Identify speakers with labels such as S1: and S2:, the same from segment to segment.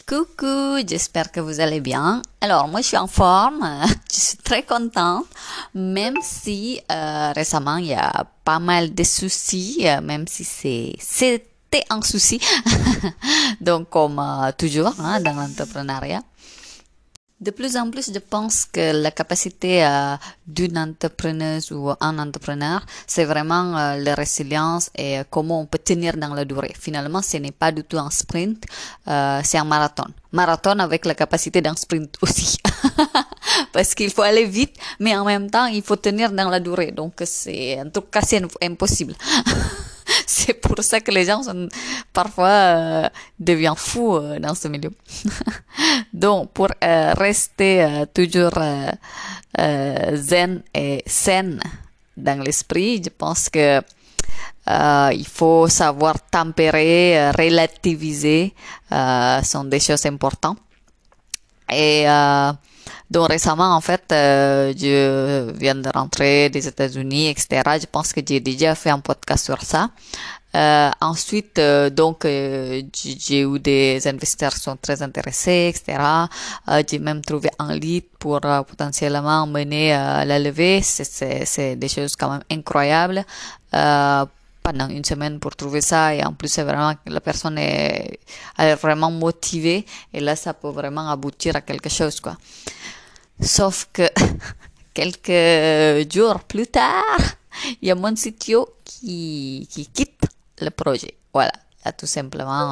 S1: Coucou, j'espère que vous allez bien. Alors, moi, je suis en forme, je suis très contente, même si récemment, il y a pas mal de soucis, même si c'était un souci. Donc, comme toujours, hein, dans l'entrepreneuriat. De plus en plus, je pense que la capacité d'une entrepreneuse ou un entrepreneur, c'est vraiment la résilience et comment on peut tenir dans la durée. Finalement, ce n'est pas du tout un sprint, c'est un marathon. Marathon avec la capacité d'un sprint aussi. Parce qu'il faut aller vite, mais en même temps, il faut tenir dans la durée. Donc, en tout cas, c'est impossible. C'est pour ça que les gens sont parfois deviennent fous dans ce milieu. Donc, pour rester toujours zen et saine dans l'esprit, je pense que il faut savoir tempérer, relativiser, sont des choses importantes. Et donc récemment, en fait, je viens de rentrer des États-Unis, etc. Je pense que j'ai déjà fait un podcast sur ça. Ensuite, j'ai eu des investisseurs qui sont très intéressés, etc. J'ai même trouvé un lead pour potentiellement mener la levée. C'est des choses quand même incroyables. Pendant une semaine pour trouver ça et en plus c'est vraiment la personne elle est vraiment motivée et là ça peut vraiment aboutir à quelque chose quoi. Sauf que quelques jours plus tard, il y a mon CTO qui quitte le projet. Voilà. Là, tout simplement,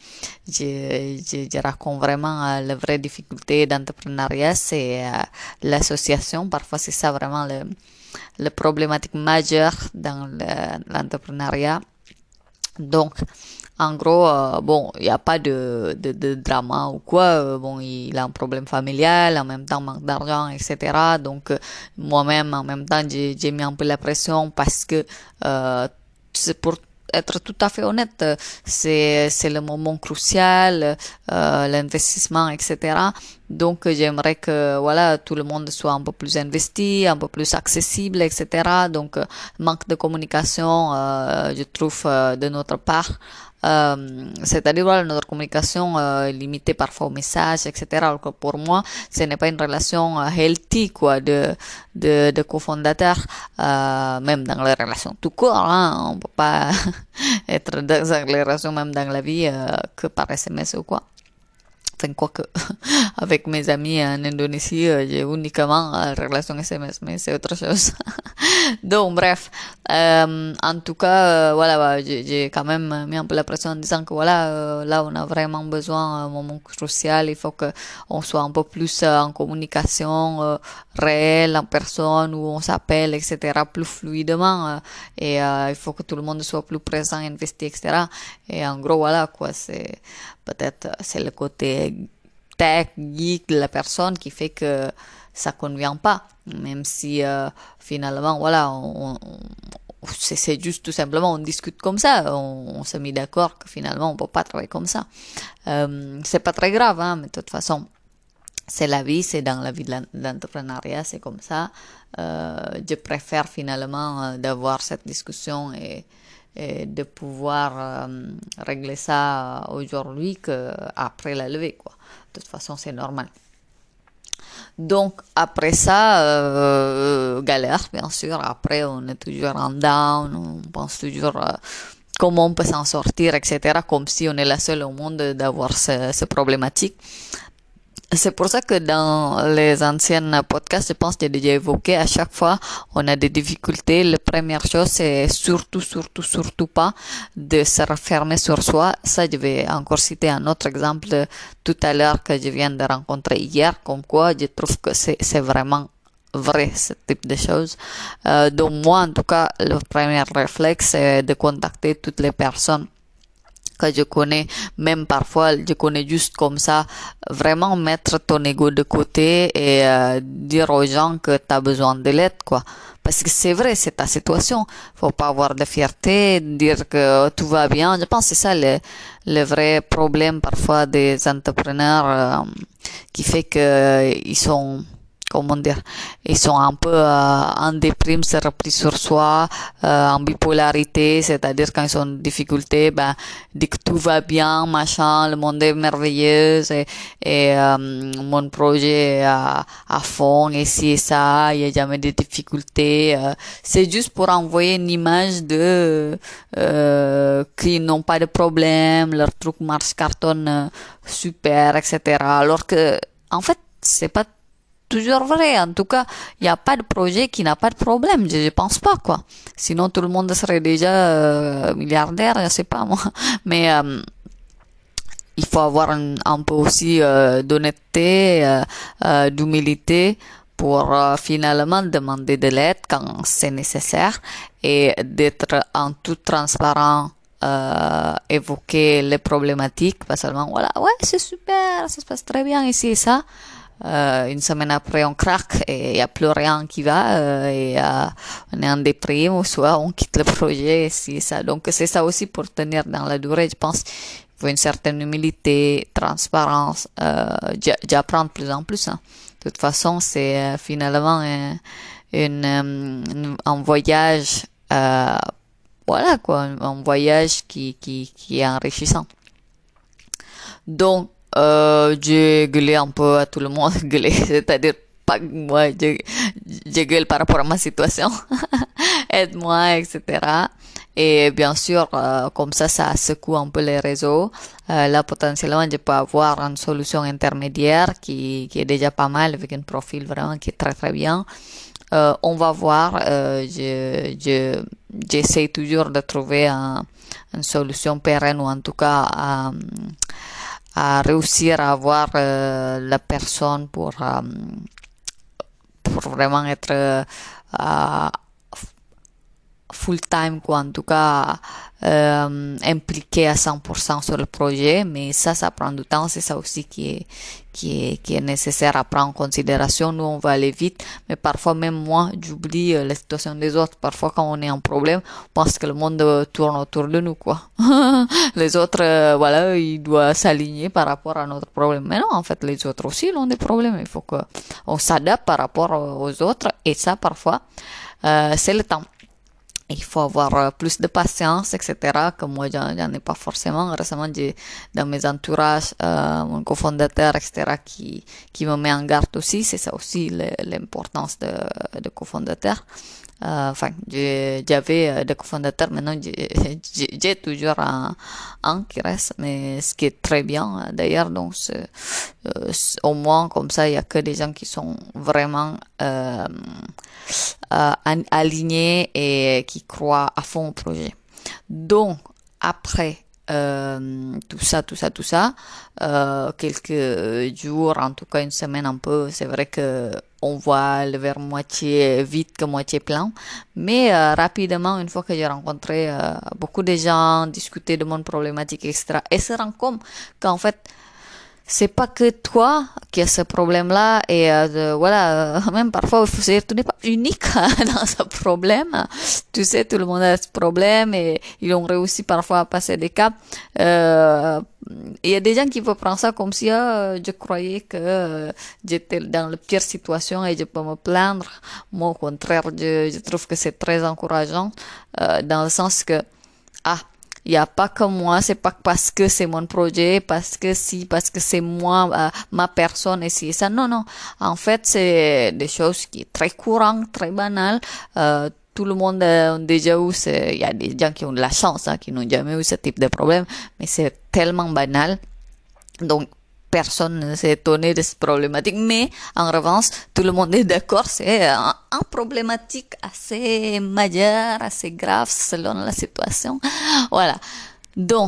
S1: je raconte vraiment la vraie difficulté d'entrepreneuriat, c'est l'association. Parfois, c'est ça vraiment le problématique majeure dans l'entrepreneuriat. Donc, en gros, bon, il n'y a pas de drama ou quoi. Bon, il a un problème familial, en même temps manque d'argent, etc. Donc, moi-même, en même temps, j'ai mis un peu la pression parce que c'est pour être tout à fait honnête, c'est le moment crucial, l'investissement, etc. Donc j'aimerais que voilà tout le monde soit un peu plus investi, un peu plus accessible, etc. Donc manque de communication, je trouve de notre part. C'est-à-dire voilà, notre communication est limitée parfois aux messages, etc. Alors que pour moi, ce n'est pas une relation healthy quoi de cofondateur, même dans les relations tout court. Hein, on peut pas être dans les relations même dans la vie que par SMS ou quoi. Enfin, quoi que, avec mes amis en Indonésie, j'ai uniquement relation SMS, mais c'est autre chose. Donc, bref, en tout cas, voilà, j'ai quand même mis un peu la pression en disant que voilà, là, on a vraiment besoin d'un moment crucial, il faut que on soit un peu plus en communication réelle, en personne, où on s'appelle, etc., plus fluidement, et il faut que tout le monde soit plus présent, investi, etc. Et en gros, voilà, quoi, peut-être c'est le côté tech, geek de la personne qui fait que ça convient pas. Même si finalement, voilà, c'est juste tout simplement, on discute comme ça, on s'est mis d'accord que finalement on peut pas travailler comme ça. C'est pas très grave, hein, mais de toute façon, c'est la vie, c'est dans la vie de l'entrepreneuriat, c'est comme ça. Je préfère finalement d'avoir cette discussion et de pouvoir régler ça aujourd'hui qu'après la levée, quoi. De toute façon, c'est normal. Donc, après ça, galère, bien sûr. Après, on est toujours en down, on pense toujours comment on peut s'en sortir, etc. Comme si on est la seule au monde d'avoir ce problématique. C'est pour ça que dans les anciennes podcasts, je pense que j'ai déjà évoqué, à chaque fois, on a des difficultés. La première chose, c'est surtout pas de se refermer sur soi. Ça, je vais encore citer un autre exemple tout à l'heure que je viens de rencontrer hier, comme quoi je trouve que c'est vraiment vrai, ce type de choses. Donc moi, en tout cas, le premier réflexe, c'est de contacter toutes les personnes que je connais, même parfois je connais juste comme ça, vraiment mettre ton ego de côté et dire aux gens que tu as besoin de l'aide, quoi. Parce que c'est vrai, c'est ta situation. Faut pas avoir de fierté, dire que tout va bien. Je pense que c'est ça le vrai problème parfois des entrepreneurs qui fait que ils sont comment dire, ils sont un peu en déprime, se replient sur soi, en bipolarité, c'est-à-dire quand ils sont en difficulté, ben, dès que tout va bien, machin, le monde est merveilleux, et mon projet est à fond, et ci et ça, il n'y a jamais de difficultés. C'est juste pour envoyer une image de qu'ils n'ont pas de problème, leur truc marche, cartonne super, etc. Alors que, en fait, c'est pas toujours vrai. En tout cas, il n'y a pas de projet qui n'a pas de problème. Je pense pas, quoi. Sinon, tout le monde serait déjà milliardaire, je sais pas moi. Mais il faut avoir un peu aussi d'honnêteté, d'humilité pour finalement demander de l'aide quand c'est nécessaire et d'être en tout transparent, évoquer les problématiques, pas seulement voilà, ouais, c'est super, ça se passe très bien ici et ça. Une semaine après, on craque et il n'y a plus rien qui va on est en déprime ou soit on quitte le projet, ici et ça. Donc c'est ça aussi pour tenir dans la durée, je pense. Il faut une certaine humilité, transparence, j'apprends de plus en plus. Hein. De toute façon, c'est finalement un voyage, voilà quoi, un voyage qui est enrichissant. Donc, j'ai gueulé un peu à tout le monde, gueulé, c'est-à-dire pas que moi, je gueule par rapport à ma situation, aide-moi, etc. Et bien sûr, comme ça secoue un peu les réseaux. Là, potentiellement, je peux avoir une solution intermédiaire qui est déjà pas mal, avec un profil vraiment qui est très très bien. On va voir. J'essaie toujours de trouver une solution pérenne ou en tout cas à réussir à avoir la personne pour vraiment être full time quoi, en tout cas impliqué à 100% sur le projet, mais ça prend du temps, c'est ça aussi qui est nécessaire à prendre en considération. Nous on va aller vite, mais parfois même moi j'oublie la situation des autres. Parfois quand on est en problème, on pense que le monde tourne autour de nous quoi. Les autres voilà, ils doivent s'aligner par rapport à notre problème, mais non, en fait les autres aussi ils ont des problèmes, il faut que on s'adapte par rapport aux autres, et ça parfois c'est le temps. Il faut avoir plus de patience, etc. Que moi, j'en ai pas forcément. Récemment, j'ai dans mes entourages mon cofondateur, etc. qui me met en garde aussi. C'est ça aussi l'importance de cofondateur. Enfin, j'avais des cofondateurs, maintenant j'ai toujours un qui reste, mais ce qui est très bien d'ailleurs. Donc, au moins comme ça, il y a que des gens qui sont vraiment alignés et qui croient à fond au projet. Donc, après tout ça, quelques jours, en tout cas une semaine un peu, c'est vrai que on voit le verre moitié vide que moitié plein, mais rapidement, une fois que j'ai rencontré beaucoup de gens, discuté de mon problématique, etc., et se rend compte qu'en fait, c'est pas que toi qui as ce problème-là et voilà, même parfois il faut se dire tu n'es pas unique dans ce problème. Tu sais, tout le monde a ce problème et ils ont réussi parfois à passer des caps. Il y a des gens qui vont prendre ça comme si je croyais que j'étais dans la pire situation et je peux me plaindre. Moi, au contraire, je trouve que c'est très encourageant dans le sens que ah, il n'y a pas que moi, c'est pas parce que c'est mon projet, parce que c'est moi, ma personne ici. Ça, non, non. En fait, c'est des choses qui sont très courantes, très banales. Tout le monde a déjà eu, il y a des gens qui ont de la chance, hein, qui n'ont jamais eu ce type de problème, mais c'est tellement banal. Donc, personne ne s'est étonné de cette problématique, mais en revanche, tout le monde est d'accord, c'est un problématique assez majeur, assez grave selon la situation. Voilà. Donc,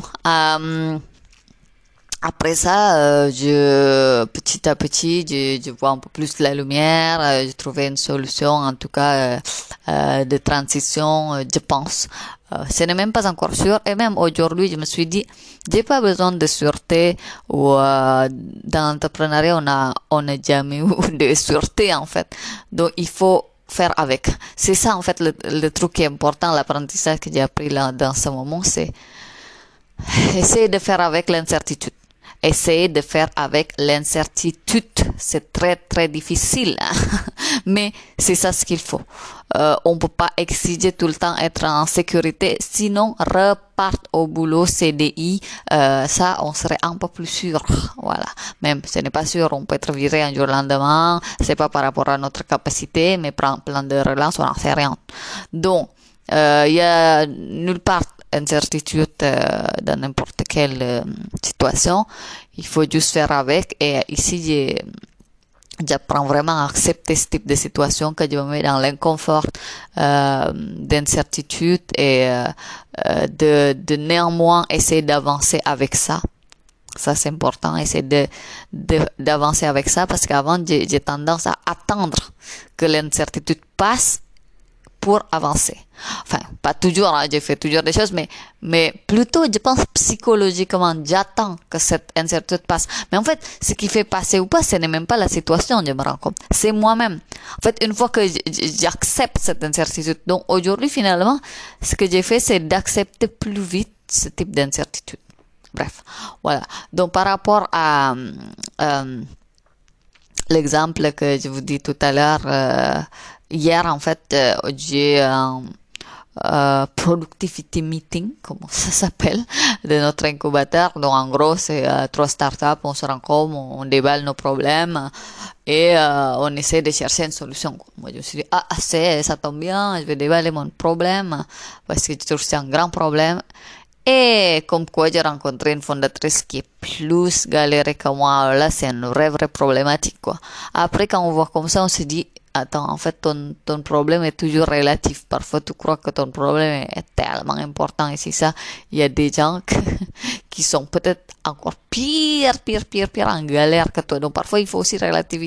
S1: après ça, petit à petit, je vois un peu plus la lumière. J'ai trouvé une solution, en tout cas, de transition, je pense. Ce n'est même pas encore sûr. Et même aujourd'hui, je me suis dit, j'ai pas besoin de sûreté ou dans l'entrepreneuriat, on n'a jamais eu de sûreté en fait. Donc il faut faire avec. C'est ça en fait le truc qui est important, l'apprentissage que j'ai appris là dans ce moment, c'est essayer de faire avec l'incertitude. essayer de faire avec l'incertitude. C'est très très difficile, hein. Mais c'est ça ce qu'il faut. On peut pas exiger tout le temps être en sécurité, sinon reparte au boulot CDI, ça on serait un peu plus sûr. Voilà. Même ce n'est pas sûr, on peut être viré un jour au lendemain, c'est pas par rapport à notre capacité, mais plein de relance, on n'en sait rien. Donc, il y a nulle part incertitude dans n'importe quelle situation. Il faut juste faire avec. Et ici, j'apprends vraiment à accepter ce type de situation que je me mets dans l'inconfort d'incertitude et de néanmoins essayer d'avancer avec ça. Ça, c'est important, essayer d'avancer avec ça parce qu'avant, j'ai tendance à attendre que l'incertitude passe pour avancer. Enfin, pas toujours, hein, j'ai fait toujours des choses, mais plutôt, je pense psychologiquement, j'attends que cette incertitude passe. Mais en fait, ce qui fait passer ou pas, ce n'est même pas la situation, je me rends compte. C'est moi-même. En fait, une fois que j'accepte cette incertitude, donc aujourd'hui, finalement, ce que j'ai fait, c'est d'accepter plus vite ce type d'incertitude. Bref, voilà. Donc, par rapport à l'exemple que je vous dis tout à l'heure, hier, en fait, j'ai un productivity meeting, comment ça s'appelle, de notre incubateur. Donc, en gros, c'est trois startups, on se rencontre, on déballe nos problèmes et on essaie de chercher une solution. Moi, je me suis dit, ça tombe bien, je vais déballer mon problème parce que je trouve que c'est un grand problème. Et comme quoi, j'ai rencontré une fondatrice qui est plus galérée que moi. Alors là, c'est une vraie problématique, quoi. Après, quand on voit comme ça, on se dit, attends, en fait, ton problème est toujours relatif. Parfois, tu crois que ton problème est tellement important. Et c'est ça, il y a des gens qui sont peut-être encore pire en galère que toi. Donc, parfois, il faut aussi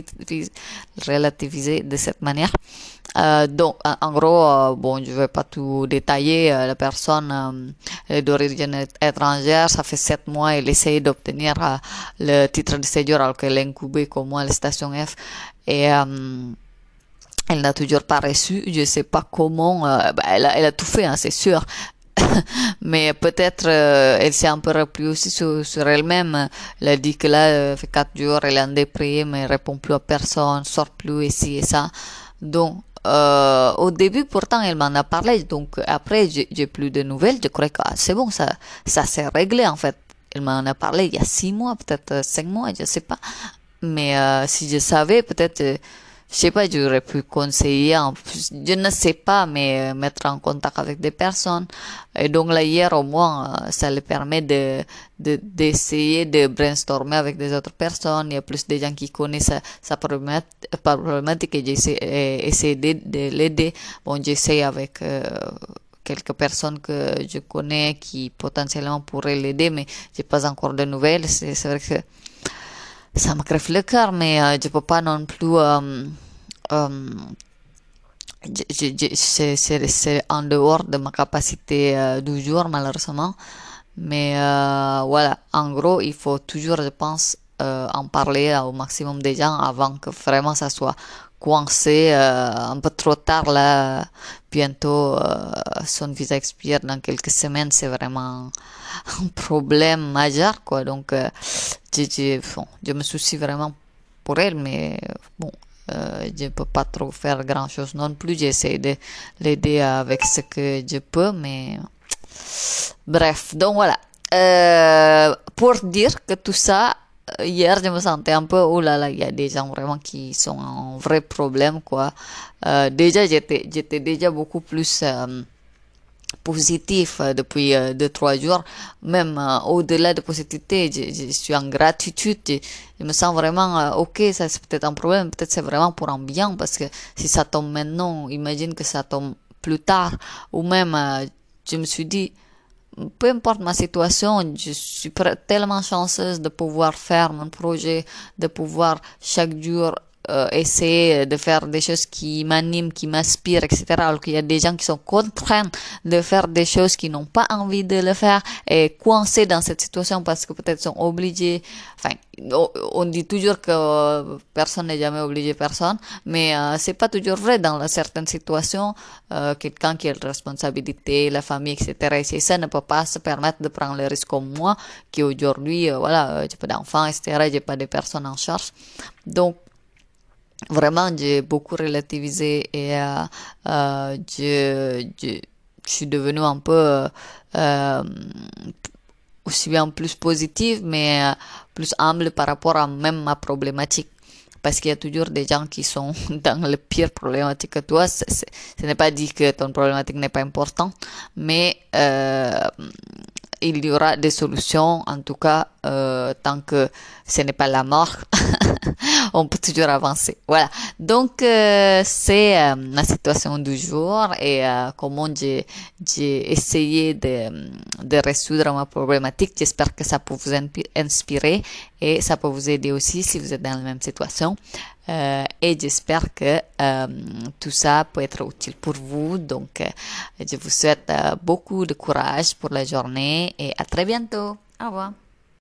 S1: relativiser de cette manière. Donc, en gros, bon, je vais pas tout détailler. La personne d'origine étrangère, ça fait 7 mois, elle essaye d'obtenir le titre de séjour alors qu'elle est incubée comme moi à la station F. Et elle n'a toujours pas reçu. Je sais pas comment. Elle a tout fait, hein, c'est sûr. Mais peut-être elle s'est un peu repliée aussi sur elle-même. Elle a dit que là, fait 4 jours, elle est en déprime, elle répond plus à personne, sort plus ici et ça. Donc, au début, pourtant, elle m'en a parlé. Donc, après, j'ai plus de nouvelles. Je crois que c'est bon, ça s'est réglé en fait. Elle m'en a parlé il y a 6 mois, peut-être 5 mois, je sais pas. Mais si je savais, peut-être, je sais pas, j'aurais pu conseiller. Je ne sais pas, mais mettre en contact avec des personnes. Et donc là, hier, au moins, ça le permet d'essayer de brainstormer avec des autres personnes. Il y a plus de gens qui connaissent sa problématique et j'essaie essayer de l'aider. Bon, j'essaie avec quelques personnes que je connais qui potentiellement pourraient l'aider, mais j'ai pas encore de nouvelles. C'est vrai que ça me crève le cœur, mais je peux pas non plus. C'est en dehors de ma capacité du jour, malheureusement. Mais voilà, en gros, il faut toujours, je pense, en parler au maximum des gens avant que vraiment ça soit coincé un peu trop tard là. Bientôt, son visa expire dans quelques semaines, c'est vraiment un problème majeur, quoi. Donc, bon, je me soucie vraiment pour elle, mais bon, je ne peux pas trop faire grand chose non plus. J'essaie de l'aider avec ce que je peux, mais bref. Donc voilà. Pour dire que tout ça, hier, je me sentais un peu, oh là là, il y a des gens vraiment qui sont en vrai problème, quoi. Déjà, j'étais déjà beaucoup plus positif depuis 2 3 jours, même au-delà de positivité, je suis en gratitude, je me sens vraiment ok, ça c'est peut-être un problème, peut-être c'est vraiment pour un bien, parce que si ça tombe maintenant, imagine que ça tombe plus tard, ou même je me suis dit, peu importe ma situation, je suis tellement chanceuse de pouvoir faire mon projet, de pouvoir chaque jour essayer de faire des choses qui m'animent, qui m'inspirent, etc. Alors qu'il y a des gens qui sont contraints de faire des choses qui n'ont pas envie de le faire et coincés dans cette situation parce que peut-être sont obligés. Enfin, on dit toujours que personne n'est jamais obligé personne, mais c'est pas toujours vrai dans certaines situations. Quelqu'un qui a la responsabilité, la famille, etc. Et c'est ça ne peut pas se permettre de prendre le risque comme moi, qui aujourd'hui, voilà, j'ai pas d'enfants, etc. J'ai pas de personnes en charge. Donc, vraiment, j'ai beaucoup relativisé et je suis devenue un peu euh, aussi bien plus positive, mais plus humble par rapport à même ma problématique. Parce qu'il y a toujours des gens qui sont dans le pire problématique que toi. Ce n'est pas dit que ton problématique n'est pas importante, mais il y aura des solutions, en tout cas, tant que ce n'est pas la mort, on peut toujours avancer. Voilà. Donc, c'est la situation du jour et comment j'ai essayé de résoudre ma problématique. J'espère que ça peut vous inspirer et ça peut vous aider aussi si vous êtes dans la même situation. Et j'espère que tout ça peut être utile pour vous. Donc, je vous souhaite beaucoup de courage pour la journée et à très bientôt. Au revoir.